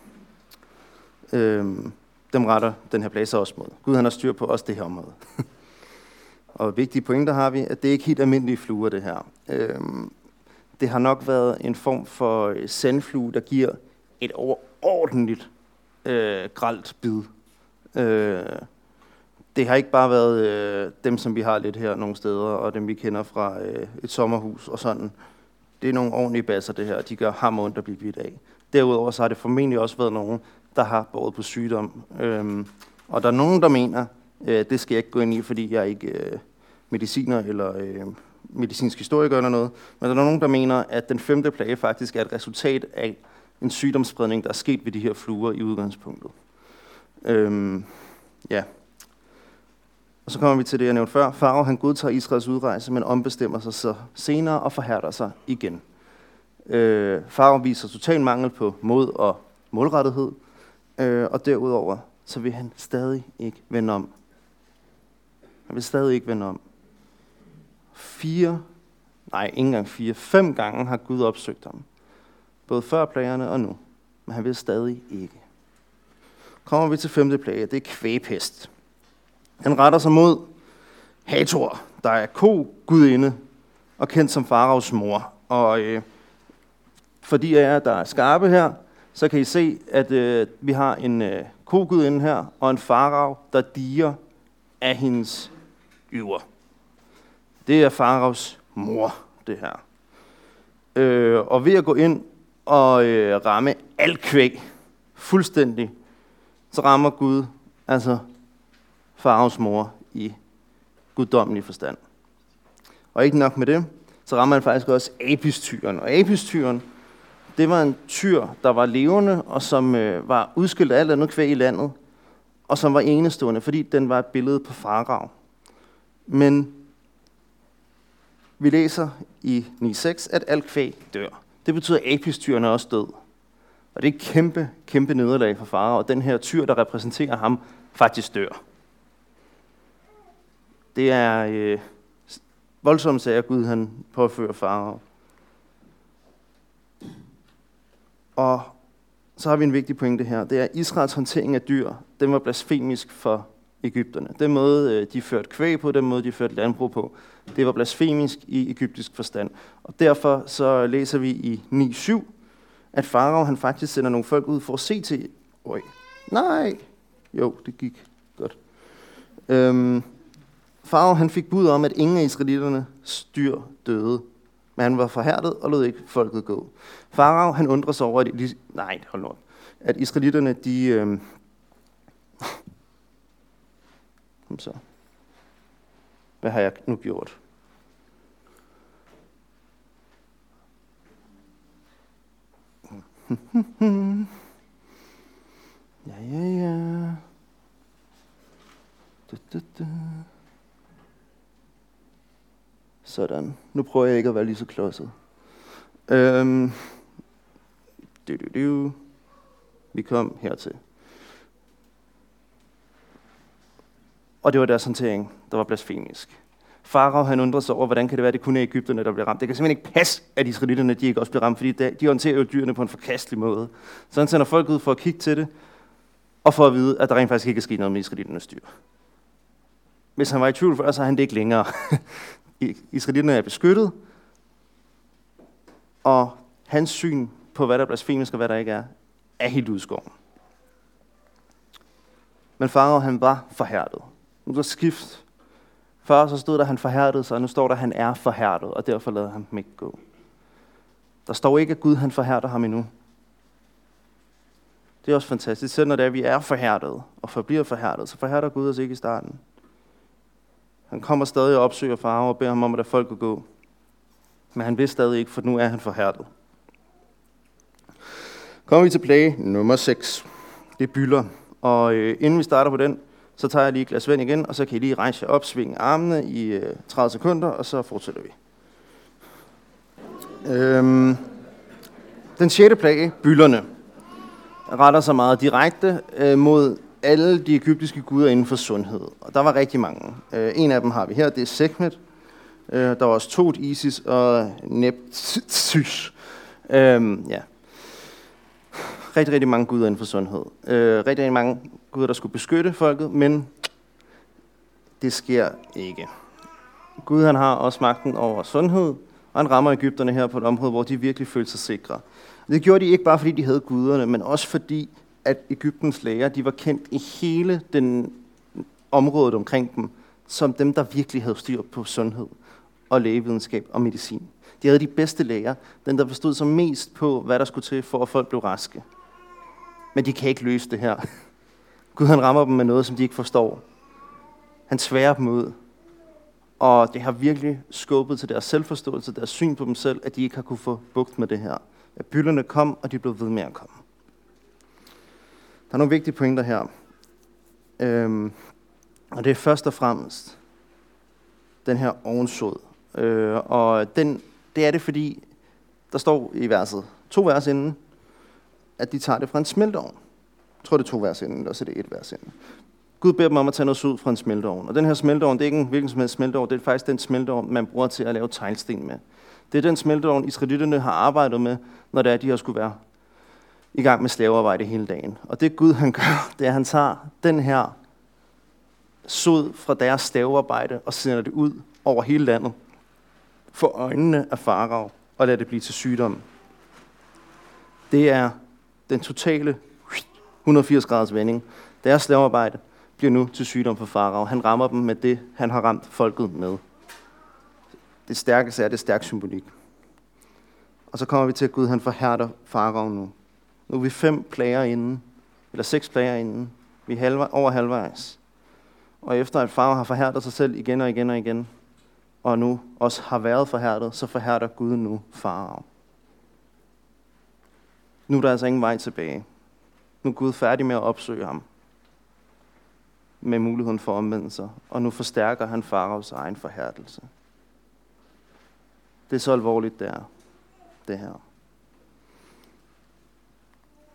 Dem retter den her plads også mod. Gud han har styr på også det her område. Og vigtige pointer har vi, at det ikke er helt almindelige fluer, det her. Det har nok været en form for sandflue, der giver et overordentligt grelt bid. Det har ikke bare været dem, som vi har lidt her nogle steder, og dem vi kender fra et sommerhus og sådan. Det er nogle ordentlige basser, det her. De gør hammer ondt at blive bidt af. Derudover så har det formentlig også været nogen, der har båret på sygdom. Og der er nogen, der mener, det skal jeg ikke gå ind i, fordi jeg er ikke mediciner eller medicinsk historiker eller noget, men der er nogen, der mener, at den 5. plage faktisk er et resultat af en sygdomsspredning, der er sket ved de her fluer i udgangspunktet. Ja. Og så kommer vi til det, jeg nævnte før. Farao han godtager Israels udrejse, men ombestemmer sig så senere og forhærder sig igen. Farao viser total mangel på mod og målrettighed, og derudover så vil han stadig ikke vende om. Han vil stadig ikke vende om. 5 gange har Gud opsøgt ham. Både før plagerne og nu. Men han vil stadig ikke. Kommer vi til 5. plage, det er kvægpest. Han retter sig mod Hathor, der er ko-gudinde og kendt som Faraos mor. Og fordi af jer, der er skarpe her, så kan I se, at vi har en ko-gudinde her, og en farao, der diger af hendes yver. Det er Faraos mor, det her. Og ved at gå ind og ramme alt kvæg fuldstændig, så rammer Gud altså Faraos mor i guddommelig forstand. Og ikke nok med det, så rammer han faktisk også apistyren. Og apistyren, det var en tyr, der var levende, og som var udskilt af alt andet kvæg i landet, og som var enestående, fordi den var et billede på Farao. Men vi læser i 9.6, at alt kvæg dør. Det betyder, at apistyren er også død. Og det er et kæmpe, kæmpe nederlag for farao, og den her tyr, der repræsenterer ham, faktisk dør. Det er voldsomme sager, Gud han påfører farao. Og så har vi en vigtig pointe her. Det er, at Israels håndtering af dyr, den var blasfemisk for egypterne. Den måde, de førte kvæg på, den måde, de førte landbrug på, det var blasfemisk i egyptisk forstand. Og derfor så læser vi i 9:7, at farao han faktisk sender nogle folk ud for at se til. Nej! Jo, det gik godt. Farao han fik bud om, at ingen af israeliternes dyr døde, men han var forhærdet og lod ikke folket gå. Farao han undrer sig over, at israelitterne de så. Hvad har jeg nu gjort? Ja. Sådan. Nu prøver jeg ikke at være lige så klodset. Vi kom hertil. Og det var deres håndtering, der var blasfemisk. Farao han undrede sig over, hvordan kan det være, det kun er Egypterne, der bliver ramt. Det kan simpelthen ikke passe, at israelitterne de ikke også bliver ramt, fordi de håndterer jo dyrene på en forkastelig måde. Så han sender folk ud for at kigge til det, og for at vide, at der rent faktisk ikke er sket noget med israelitternes dyr. Hvis han var i tvivl før, så er han det ikke længere. Israelitterne er beskyttet, og hans syn på, hvad der er blasfemisk og hvad der ikke er helt udskåret. Men farao han var forhærdet. Nu der skift. Før så stod der, han forhærdede sig, og nu står der, han er forhærdet, og derfor lader han dem ikke gå. Der står ikke, at Gud han forhærder ham endnu. Det er også fantastisk. Selv når det er, vi er forhærdet og forbliver forhærdet, så forhærder Gud os ikke i starten. Han kommer stadig og opsøger farao og beder ham om, at folk kan gå. Men han vil stadig ikke, for nu er han forhærdet. Kommer vi til plage nummer 6. Det er bylder. Og inden vi starter på den, så tager jeg lige et glas vand igen, og så kan I lige rejse jer op, svinge armene i 30 sekunder, og så fortsætter vi. Den 6. plage, byllerne, retter sig meget direkte mod alle de egyptiske guder inden for sundhed. Og der var rigtig mange. En af dem har vi her, det er Sekhmet. Der var også Tot, Isis og Neptys. Rigtig, rigtig mange guder inden for sundhed. Rigtig mange guder, der skulle beskytte folket, men det sker ikke. Gud han har også magten over sundhed, og han rammer egypterne her på et område, hvor de virkelig følte sig sikre. Det gjorde de ikke bare, fordi de havde guderne, men også fordi, at Egyptens læger, de var kendt i hele den området omkring dem, som dem, der virkelig havde styr på sundhed og lægevidenskab og medicin. De havde de bedste læger, den der forstod sig mest på, hvad der skulle til, for at folk blev raske. Men de kan ikke løse det her. Gud han rammer dem med noget, som de ikke forstår. Han tværer dem ud. Og det har virkelig skubbet til deres selvforståelse, deres syn på dem selv, at de ikke har kunne få bugt med det her. At byllerne kom, og de blev ved med at komme. Der er nogle vigtige pointer her. Og det er først og fremmest den her ovensåd. Og det er det, fordi der står i verset, 2 vers inden, at de tager det fra en smelteovn. Jeg tror, det er 2 vers inden, eller så er det 1 vers inden. Gud beder dem om at tage noget sod fra en smelteovn. Og den her smelteovn, det er ikke en hvilken som helst smelteovn, det er faktisk den smelteovn, man bruger til at lave teglsten med. Det er den smelteovn, israelitterne har arbejdet med, når det er, de har skulle være i gang med slavearbejde hele dagen. Og det Gud han gør, det er, at han tager den her sod fra deres slavearbejde og sender det ud over hele landet for øjnene af farao og lader det blive til sygdom. Det er den totale 180 graders vending. Deres slavearbejde bliver nu til sygdom for farao. Han rammer dem med det, han har ramt folket med. Det stærkeste er det stærk symbolik. Og så kommer vi til, at Gud han forhærder farao nu. Nu er vi 5 plager inden, eller 6 plager inden. Vi er over halvvejs. Og efter at farao har forhærdet sig selv igen og igen og igen, og nu også har været forhærdet, så forhærder Gud nu farao. Nu er der altså ingen vej tilbage. Nu er Gud færdig med at opsøge ham med muligheden for omvendelse, og nu forstærker han faraos egen forhærdelse. Det er så alvorligt, det er, det her.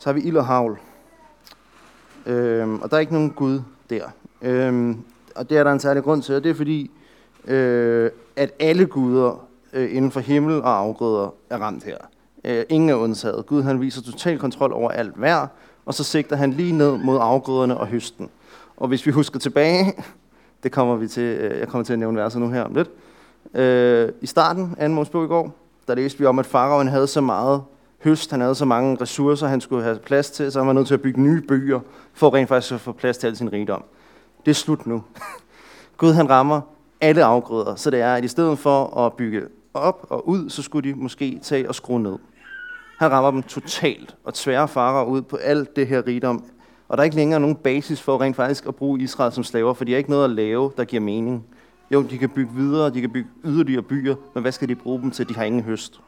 Så har vi ild og hagl. Og der er ikke nogen Gud der. Og det er der en særlig grund til, og det er fordi, at alle guder inden for himmel og afgrøder er ramt her. Ingen er undtaget. Gud han viser total kontrol over alt vejr, og så sigter han lige ned mod afgrøderne og høsten. Og hvis vi husker tilbage, det kommer vi til, jeg kommer til at nævne verset nu her om lidt. I starten af 2. Mosebog i går, der læste vi om, at faraoen havde så meget høst, han havde så mange ressourcer, han skulle have plads til, så han var nødt til at bygge nye byer, for rent faktisk at få plads til al sin rigdom. Det er slut nu. Gud han rammer alle afgrøder, så det er, at i stedet for at bygge op og ud, så skulle de måske tage og skrue ned. Han rammer dem totalt og tværer farao ud på alt det her rigdom. Og der er ikke længere nogen basis for rent faktisk at bruge Israel som slaver, for de har ikke noget at lave, der giver mening. Jo, de kan bygge videre, de kan bygge yderligere byer, men hvad skal de bruge dem til? De har ingen høst.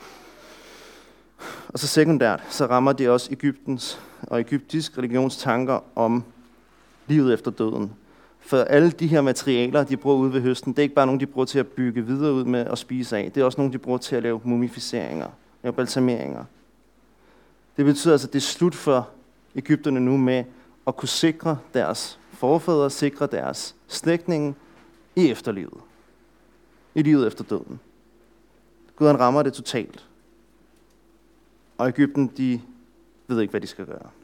Og så sekundært, så rammer det også Egyptens og egyptisk religions tanker om livet efter døden. For alle de her materialer, de bruger ude ved høsten, det er ikke bare nogen, de bruger til at bygge videre ud med og spise af. Det er også nogen, de bruger til at lave mumificeringer, lave balsameringer. Det betyder altså, at det er slut for egypterne nu med at kunne sikre deres forfædre, sikre deres slægtninge i efterlivet. I livet efter døden. Gud han rammer det totalt. Og Egypten, de ved ikke, hvad de skal gøre.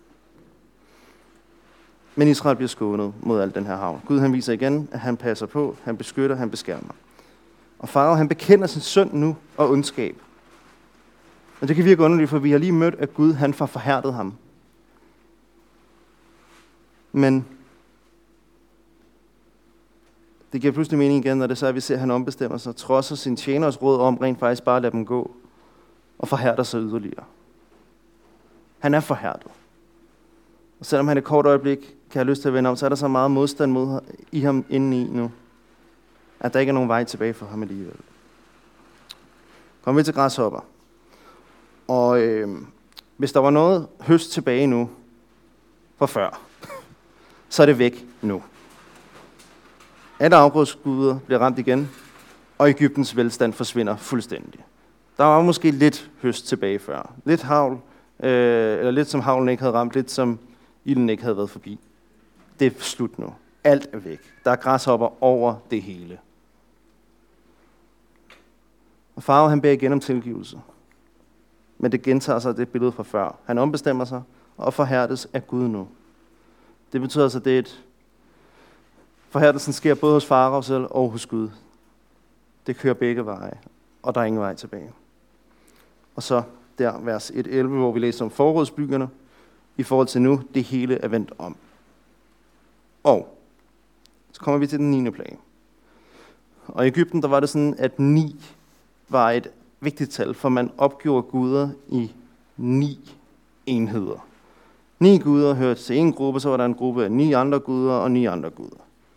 Men Israel bliver skånet mod al den her havn. Gud han viser igen, at han passer på, han beskytter, han beskærmer. Og farao han bekender sin synd nu og ondskab. Og det kan virke underligt, for vi har lige mødt, at Gud han får forhærdet ham. Men det giver pludselig mening igen, når det så er, at vi ser, at han ombestemmer sig, trodser sin tjeners råd om rent faktisk bare at lade dem gå og forhærder sig yderligere. Han er forhærdet. Og selvom han et kort øjeblik kan have lyst til at vende om, så er der så meget modstand mod i ham indeni nu, at der ikke er nogen vej tilbage for ham alligevel. Kom vi til græshopper. Og hvis der var noget høst tilbage nu, fra før, så er det væk nu. Alle afgrødsguder bliver ramt igen, og Egyptens velstand forsvinder fuldstændig. Der var måske lidt høst tilbage før. Lidt hagl, eller lidt som haglen ikke havde ramt, lidt som ilden ikke havde været forbi. Det er slut nu. Alt er væk. Der er græshopper over det hele. Og farao han beder igen om tilgivelse. Men det gentager sig det billede fra før. Han ombestemmer sig og forhærdes af Gud nu. Det betyder altså, at det er forhærdelsen sker både hos farao selv og hos Gud. Det kører begge veje, og der er ingen vej tilbage. Og så der vers 1-11, hvor vi læser om forrådsbyggerne, i forhold til nu, det hele er vendt om. Og så kommer vi til den 9. plage. Og i Egypten, der var det sådan, at 9 var et vigtigt tal, for man opgjorde guder i 9 enheder. 9 guder hørte til en gruppe, så var der en gruppe af 9 andre guder og 9 andre guder.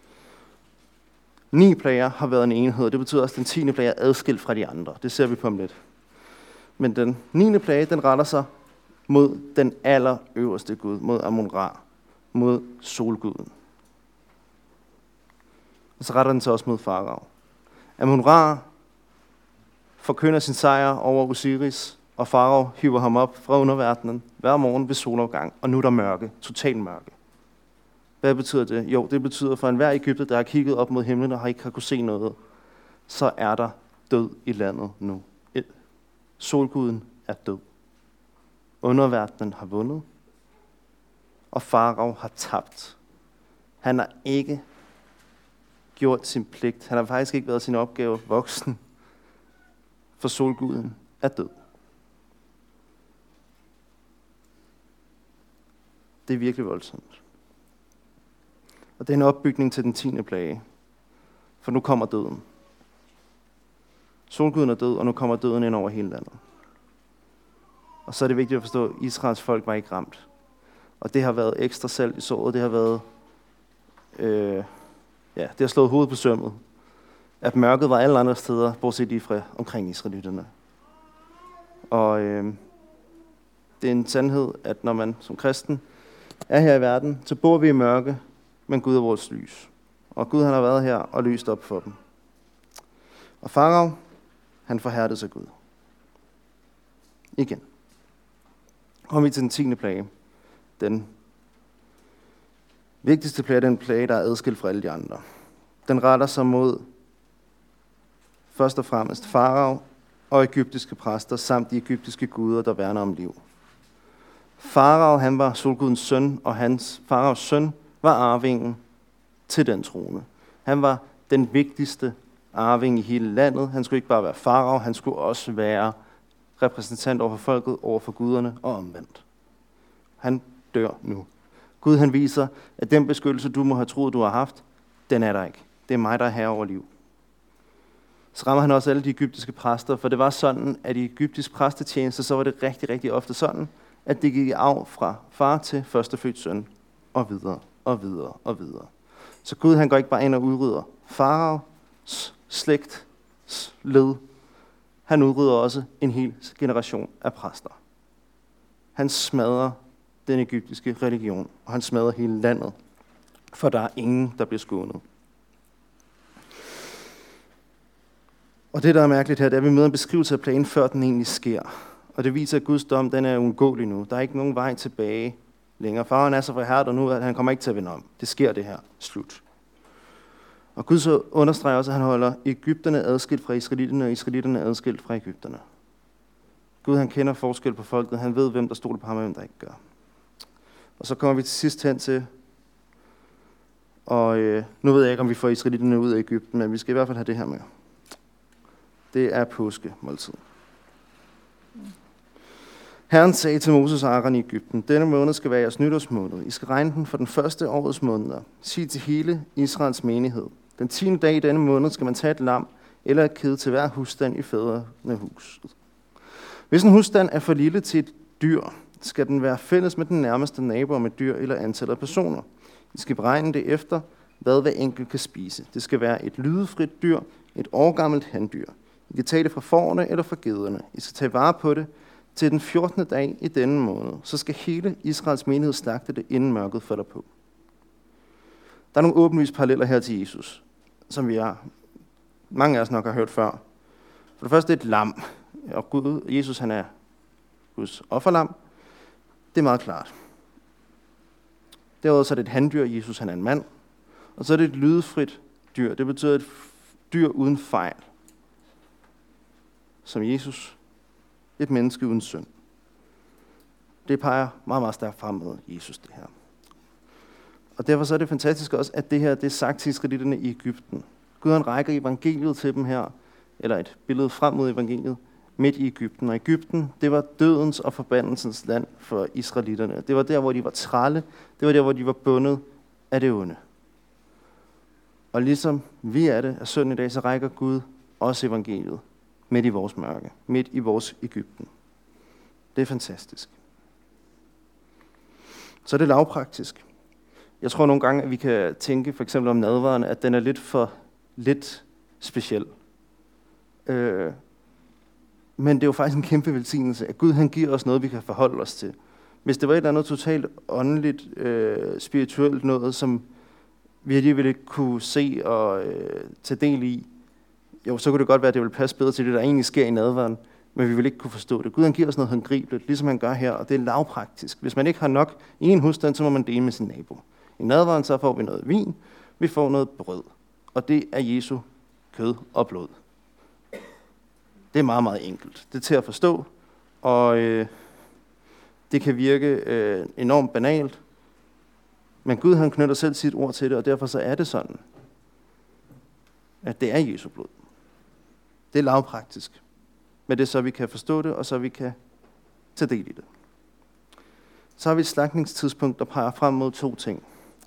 9 plager har været en enhed, det betyder også, at den 10. plage er adskilt fra de andre. Det ser vi på om lidt. Men den 9. plage, den retter sig mod den allerøverste Gud, mod Amun-Ra, mod solguden. Og så retter den sig også mod farao. Amun-Ra forkynder sin sejr over Osiris, og farao hiver ham op fra underverdenen hver morgen ved solopgang, og nu er der mørke, total mørke. Hvad betyder det? Jo, det betyder for enhver egypter, der har kigget op mod himlen og ikke har kunne se noget, så er der død i landet nu. Solguden er død. Underverdenen har vundet, og farao har tabt. Han har ikke gjort sin pligt. Han har faktisk ikke været sin opgave voksen, for solguden er død. Det er virkelig voldsomt. Og det er en opbygning til den 10. plage. For nu kommer døden. Solguden er død, og nu kommer døden ind over hele landet. Og så er det vigtigt at forstå, at Israels folk var ikke ramt. Og det har været ekstra salt i såret. Det har været, det har slået hovedet på sømmet. At mørket var alle andre steder, bortset lige fra omkring israelitterne. Og det er en sandhed, at når man som kristen er her i verden, så bor vi i mørke, men Gud er vores lys. Og Gud han har været her og lyst op for dem. Og farao, han forhærdede sig Gud. Igen. Kommer vi til den 10. plage. Den vigtigste plage er den plage, der er adskilt fra alle de andre. Den retter sig mod først og fremmest farao og egyptiske præster, samt de egyptiske guder, der værner om liv. Farao, han var solgudens søn, og faraos søn var arvingen til den trone. Han var den vigtigste arving i hele landet. Han skulle ikke bare være farao, han skulle også være repræsentant over for folket, over for guderne og omvendt. Han dør nu. Gud, han viser, at den beskyttelse, du må have troet, du har haft, den er der ikke. Det er mig, der er herre over liv. Så rammer han også alle de egyptiske præster, for det var sådan, at i egyptisk præstetjeneste, så var det rigtig, rigtig ofte sådan, at det gik i arv fra far til førstefødt søn, og videre, og videre, og videre. Så Gud, han går ikke bare ind og udrydder faraos slægts led. Han udrydder også en hel generation af præster. Han smadrer den egyptiske religion, og han smadrer hele landet, for der er ingen, der bliver skånet. Og det, der er mærkeligt her, det er, at vi møder en beskrivelse af planen, før den egentlig sker. Og det viser, at Guds dom, den er uundgåelig nu. Der er ikke nogen vej tilbage længere. Faraoen er så forhærdet nu, at han kommer ikke til at vende om. Det sker det her. Slut. Og Gud så understreger også, at han holder egypterne adskilt fra israelitterne, og israelitterne adskilt fra egypterne. Gud, han kender forskel på folket. Han ved, hvem der stoler på ham, og hvem der ikke gør. Og så kommer vi til sidst hen til, og nu ved jeg ikke, om vi får israelitterne ud af Egypten, men vi skal i hvert fald have det her med. Det er påskemåltid. Herren sagde til Moses og Aaron i Egypten, denne måned skal være jeres nytårsmåned. I skal regne den for den første årets måneder. Sig til hele Israels menighed. Den 10. dag i denne måned skal man tage et lam eller et kid til hver husstand i fædrenehuset. Hvis en husstand er for lille til et dyr, skal den være fælles med den nærmeste nabo med dyr eller antallet af personer. I skal beregne det efter, hvad hver enkelt kan spise. Det skal være et lydefrit dyr, et årgammelt handyr. I kan tage det fra fårene eller fra gederne. I skal tage vare på det til den 14. dag i denne måned. Så skal hele Israels menighed slagte det, inden mørket falder på. Der er nogle åbenlyse paralleller her til Jesus, som mange af os nok har hørt før. For det første er et lam, og Jesus, han er Guds offerlam. Det er meget klart. Derudover så er det et handdyr, Jesus, han er en mand. Og så er det et lydefrit dyr. Det betyder et dyr uden fejl. Som Jesus, et menneske uden synd. Det peger meget, meget stærkt frem mod Jesus, det her. Og derfor så er det fantastisk også, at det her det er sagt til israelitterne i Egypten. Gud han rækker evangeliet til dem her, eller et billede frem mod evangeliet, midt i Egypten. Og Egypten, det var dødens og forbandelsens land for israelitterne. Det var der, hvor de var trælle. Det var der, hvor de var bundet af det onde. Og ligesom vi er det af synden i dag, så rækker Gud også evangeliet midt i vores mørke, midt i vores Egypten. Det er fantastisk. Så er det lavpraktisk. Jeg tror nogle gange, at vi kan tænke for eksempel om nadveren, at den er lidt speciel. Men det er jo faktisk en kæmpe velsignelse, at Gud han giver os noget, vi kan forholde os til. Hvis det var et eller andet totalt åndeligt, spirituelt noget, som vi alligevel ikke kunne se og tage del i, jo, så kunne det godt være, at det ville passe bedre til det, der egentlig sker i nadveren, men vi vil ikke kunne forstå det. Gud han giver os noget håndgribeligt, ligesom han gør her, og det er lavpraktisk. Hvis man ikke har nok i en husstand, så må man dele med sin nabo. I nadveren så får vi noget vin, vi får noget brød, og det er Jesu kød og blod. Det er meget, meget enkelt. Det er til at forstå, og det kan virke enormt banalt, men Gud han knytter selv sit ord til det, og derfor så er det sådan, at det er Jesu blod. Det er lavpraktisk, men det er så, vi kan forstå det, og så vi kan tage del i det. Så har vi et slagtningstidspunkt, der peger frem mod 2 ting.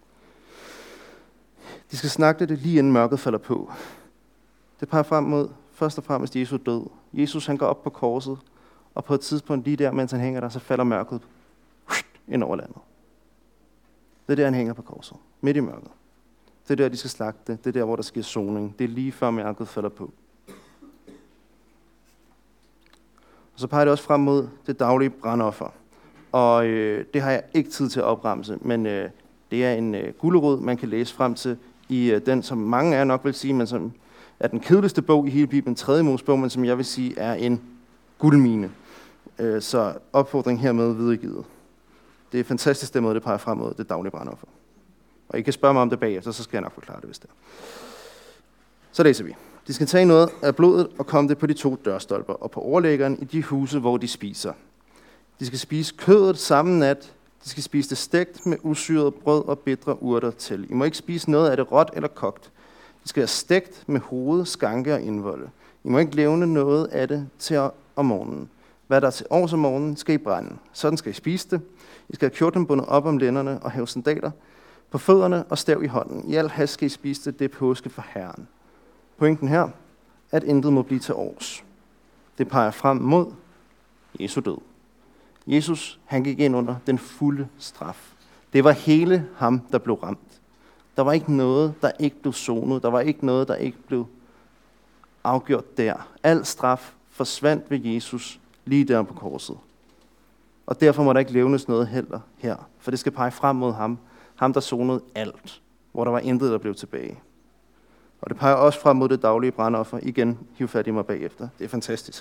De skal slagte det lige inden mørket falder på. Det peger frem mod først og fremmest Jesu død. Jesus han går op på korset, og på et tidspunkt lige der, mens han hænger der, så falder mørket ind over landet. Det er der, han hænger på korset, midt i mørket. Det er der, de skal slagte. Det er der, hvor der sker soning. Det er lige før mørket falder på. Og så peger det også frem mod det daglige brandoffer. Og det har jeg ikke tid til at opremse, men det er en gulerod, man kan læse frem til i den, som mange af jer nok vil sige, men som er den kedeligste bog i hele Bibelen, 3. Mosebog, men som jeg vil sige er en guldmine. Så opfordring hermed videregivet. Det er fantastisk, den måde, det peger frem mod det daglige brandoffer. Og I kan spørge mig om det bagefter, så skal jeg nok forklare det, hvis det er. Så læser vi. De skal tage noget af blodet og komme det på de 2 dørstolper og på overlæggeren i de huse, hvor de spiser. De skal spise kødet samme nat. De skal spise det stegt med usyret brød og bitre urter til. I må ikke spise noget af det råt eller kogt. Det skal være stegt med hoved, skanke og indvolde. I må ikke levne noget af det til om morgenen. Hvad der er til års om morgenen, skal I brænde. Sådan skal I spise det. I skal have kjorten bundet op om lænderne og have sandaler på fødderne og stav i hånden. I al hast skal I spise det, det er påske for Herren. Pointen her, at intet må blive til års. Det peger frem mod Jesu død. Jesus, han gik ind under den fulde straf. Det var hele ham, der blev ramt. Der var ikke noget, der ikke blev sonet. Der var ikke noget, der ikke blev afgjort der. Al straf forsvandt ved Jesus lige der på korset. Og derfor må der ikke levnes noget heller her. For det skal pege frem mod ham. Ham, der sonede alt. Hvor der var intet, der blev tilbage. Og det peger også frem mod det daglige brandoffer. Igen, hiv fat i mig bagefter. Det er fantastisk.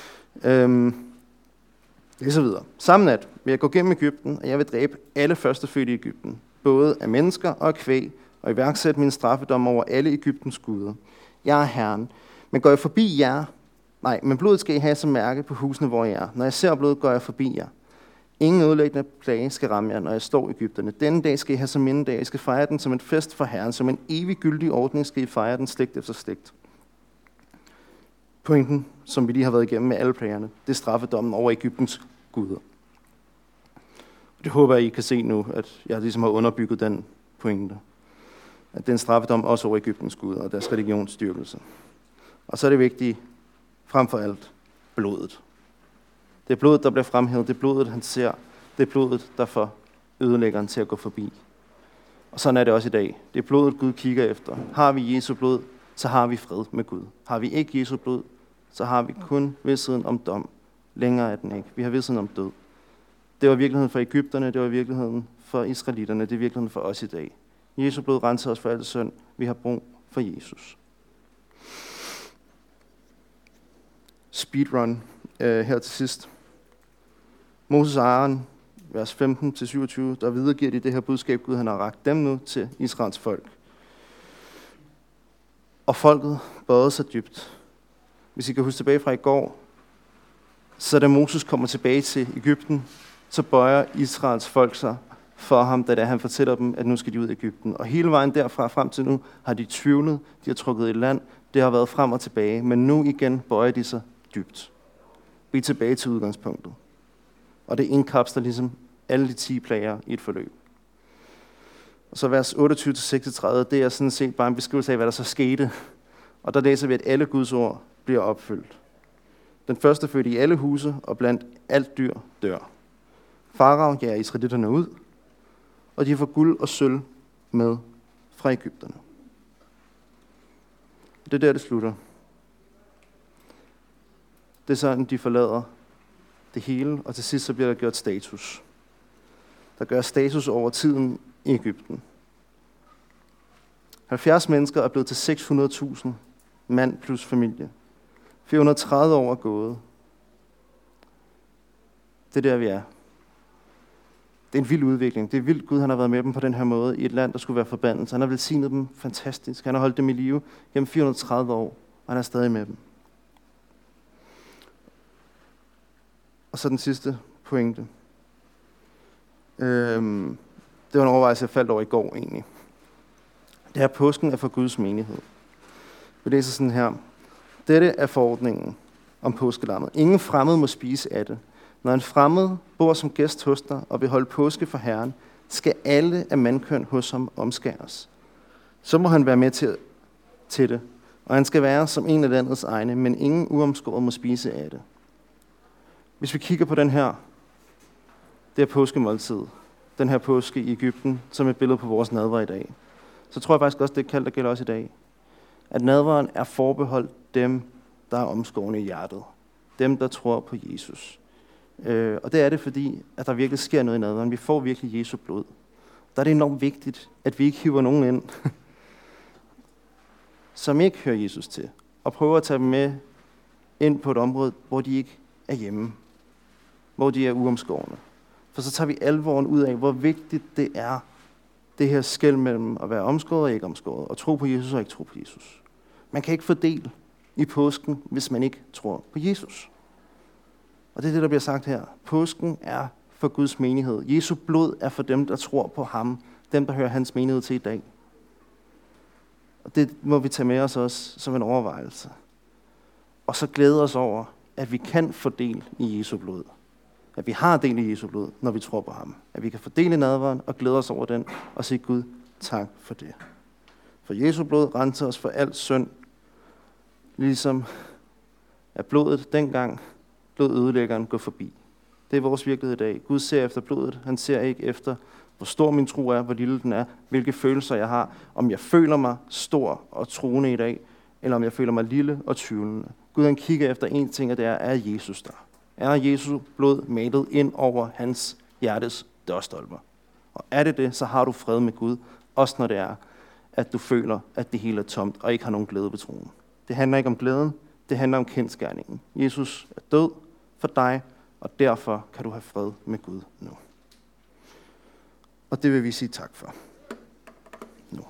Det så videre. Samme nat vil jeg gå gennem Egypten, og jeg vil dræbe alle førstefødte i Egypten. Både af mennesker og af kvæg, og iværksætte min straffedom over alle Egyptens guder. Jeg er Herren. Men går jeg forbi jer? Nej, men blodet skal I have som mærke på husene, hvor jeg er. Når jeg ser blodet, går jeg forbi jer. Ingen ødelæggende plage skal ramme jer, når jeg står i Egypterne. Denne dag skal I have som mindedag. I skal fejre den som en fest for Herren. Som en evig gyldig ordning skal I fejre den slægt efter slægt. Pointen, som vi lige har været igennem med alle plagerne, det er straffedommen over Egyptens guder. Det håber jeg, I kan se nu, at jeg ligesom har underbygget den pointe. At det er en straffedom også over Egyptens guder og deres religionsstyrkelse. Og så er det vigtigt, frem for alt, blodet. Det er blodet, der bliver fremhævet. Det er blodet, han ser. Det er blodet, der får ødelæggeren til at gå forbi. Og sådan er det også i dag. Det er blodet, Gud kigger efter. Har vi Jesu blod, så har vi fred med Gud. Har vi ikke Jesu blod, så har vi kun vidstheden om dom. Længere er den ikke. Vi har vidstheden om død. Det var virkeligheden for Egypterne, det var virkeligheden for israelitterne, det er virkeligheden for os i dag. Jesu blod renser os for alt synd. Vi har brug for Jesus. Speedrun her til sidst. Moses og Aaron, vers 15-27, der videregiver de det her budskab, Gud han har rakt dem nu til Israels folk. Og folket bøjede sig dybt. Hvis I kan huske tilbage fra i går, så da Moses kommer tilbage til Egypten, så bøjer Israels folk sig for ham, da han fortæller dem, at nu skal de ud af Egypten. Og hele vejen derfra frem til nu har de tvivlet, de har trukket i land, det har været frem og tilbage, men nu igen bøjer de sig dybt. Vi er tilbage til udgangspunktet. Og det indkapsler ligesom alle de 10 plager i et forløb. Og så vers 28-36, det er sådan set bare en beskrivelse af, hvad der så skete. Og der læser vi, at alle Guds ord bliver opfyldt. Den første fødte i alle huse, og blandt alt dyr dør. Farao jager israelitterne ud, og de får guld og sølv med fra Egypterne. Det er der, det slutter. Det er sådan, de forlader det hele, og til sidst så bliver der gjort status. Der gør status over tiden i Egypten. 70 mennesker er blevet til 600.000 mand plus familie. 430 år er gået. Det er der, vi er. Det er en vild udvikling. Det er vildt, Gud han har været med dem på den her måde i et land, der skulle være forbandet. Han har velsignet dem fantastisk. Han har holdt dem i live gennem 430 år, og han er stadig med dem. Og så den sidste pointe. Det var en overvejelse, jeg faldt over i går egentlig. Det her påsken er for Guds menighed. Vi læser sådan her. Dette er forordningen om påskelammet. Ingen fremmed må spise af det. Når en fremmed bor som gæst hos dig og vil holde påske for Herren, skal alle af mandkøn hos ham omskæres. Så må han være med til det, og han skal være som en af landets egne, men ingen uomskåret må spise af det. Hvis vi kigger på det her påskemåltid, den her påske i Egypten, som et billede på vores nadver i dag, så tror jeg faktisk også, det er kaldt, der gælder også i dag. At nadveren er forbeholdt dem, der er omskårne i hjertet. Dem, der tror på Jesus. Og det er det, fordi at der virkelig sker noget i nadveren. Vi får virkelig Jesu blod. Der er det enormt vigtigt, at vi ikke hiver nogen ind, som ikke hører Jesus til, og prøver at tage dem med ind på et område, hvor de ikke er hjemme. hvor de er uomskårne. For så tager vi alvoren ud af, hvor vigtigt det er, det her skel mellem at være omskåret og ikke omskåret, og tro på Jesus og ikke tro på Jesus. Man kan ikke få del i påsken, hvis man ikke tror på Jesus. Og det er det, der bliver sagt her. Påsken er for Guds menighed. Jesu blod er for dem, der tror på ham. Dem, der hører hans menighed til i dag. Og det må vi tage med os også som en overvejelse. Og så glæde os over, at vi kan få del i Jesu blod. At vi har del i Jesu blod, når vi tror på ham. At vi kan få del i nadveren og glæde os over den og sige Gud, tak for det. For Jesu blod renser os for al synd, ligesom at blodet dengang lod ødelæggeren gå forbi. Det er vores virkelighed i dag. Gud ser efter blodet. Han ser ikke efter, hvor stor min tro er, hvor lille den er, hvilke følelser jeg har, om jeg føler mig stor og troende i dag, eller om jeg føler mig lille og tvivlende. Gud han kigger efter én ting, og det er Jesus der? Er Jesu blod malet ind over hans hjertes dørstolper? Og er det det, så har du fred med Gud, også når det er, at du føler, at det hele er tomt og ikke har nogen glæde ved troen. Det handler ikke om glæden, det handler om kendsgerningen. Jesus er død for dig, og derfor kan du have fred med Gud nu. Og det vil vi sige tak for. Nu.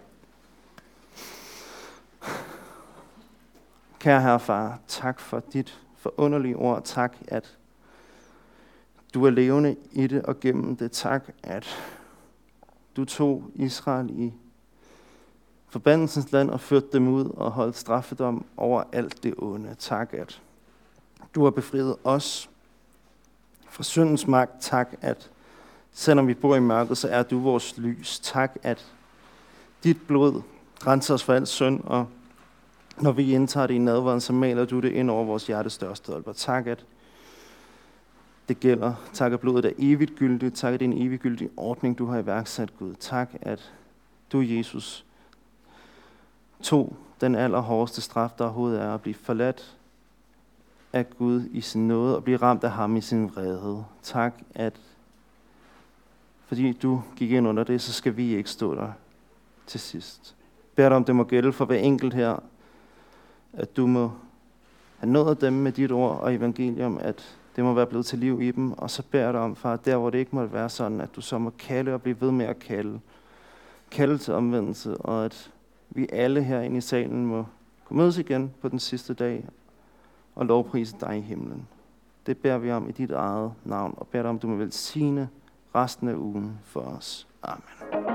Kære Herre Far, tak for dit forunderlige ord. Tak, at du er levende i det og gennem det. Tak, at du tog Israel i forbandelsens land og førte dem ud og holdt straffedom over alt det onde. Tak, at du har befriet os fra syndens magt. Tak, at selvom vi bor i mørket, så er du vores lys. Tak, at dit blod renser os for al synd, og når vi indtager det i nadveren, så maler du det ind over vores hjertes størstolper. Tak, at det gælder. Tak, at blodet er evigt gyldigt. Tak, at det er en evigt gyldig ordning, du har iværksat, Gud. Tak, at du, Jesus, tog den allerhårdeste straf, der overhovedet er at blive forladt af Gud i sin nåde og blive ramt af ham i sin vrede. Tak, at fordi du gik ind under det, så skal vi ikke stå der til sidst. Bær dig om, det må gælde for hver enkelt her, at du må have nået dem med dit ord og evangelium, at det må være blevet til liv i dem, og så bær dig om, far, der hvor det ikke må være sådan, at du så må kalde og blive ved med at kalde til omvendelse, og at vi alle herinde i salen må gå mødes igen på den sidste dag og lovprise dig i himlen. Det beder vi om i dit eget navn, og beder dig om, du må velsigne resten af ugen for os. Amen.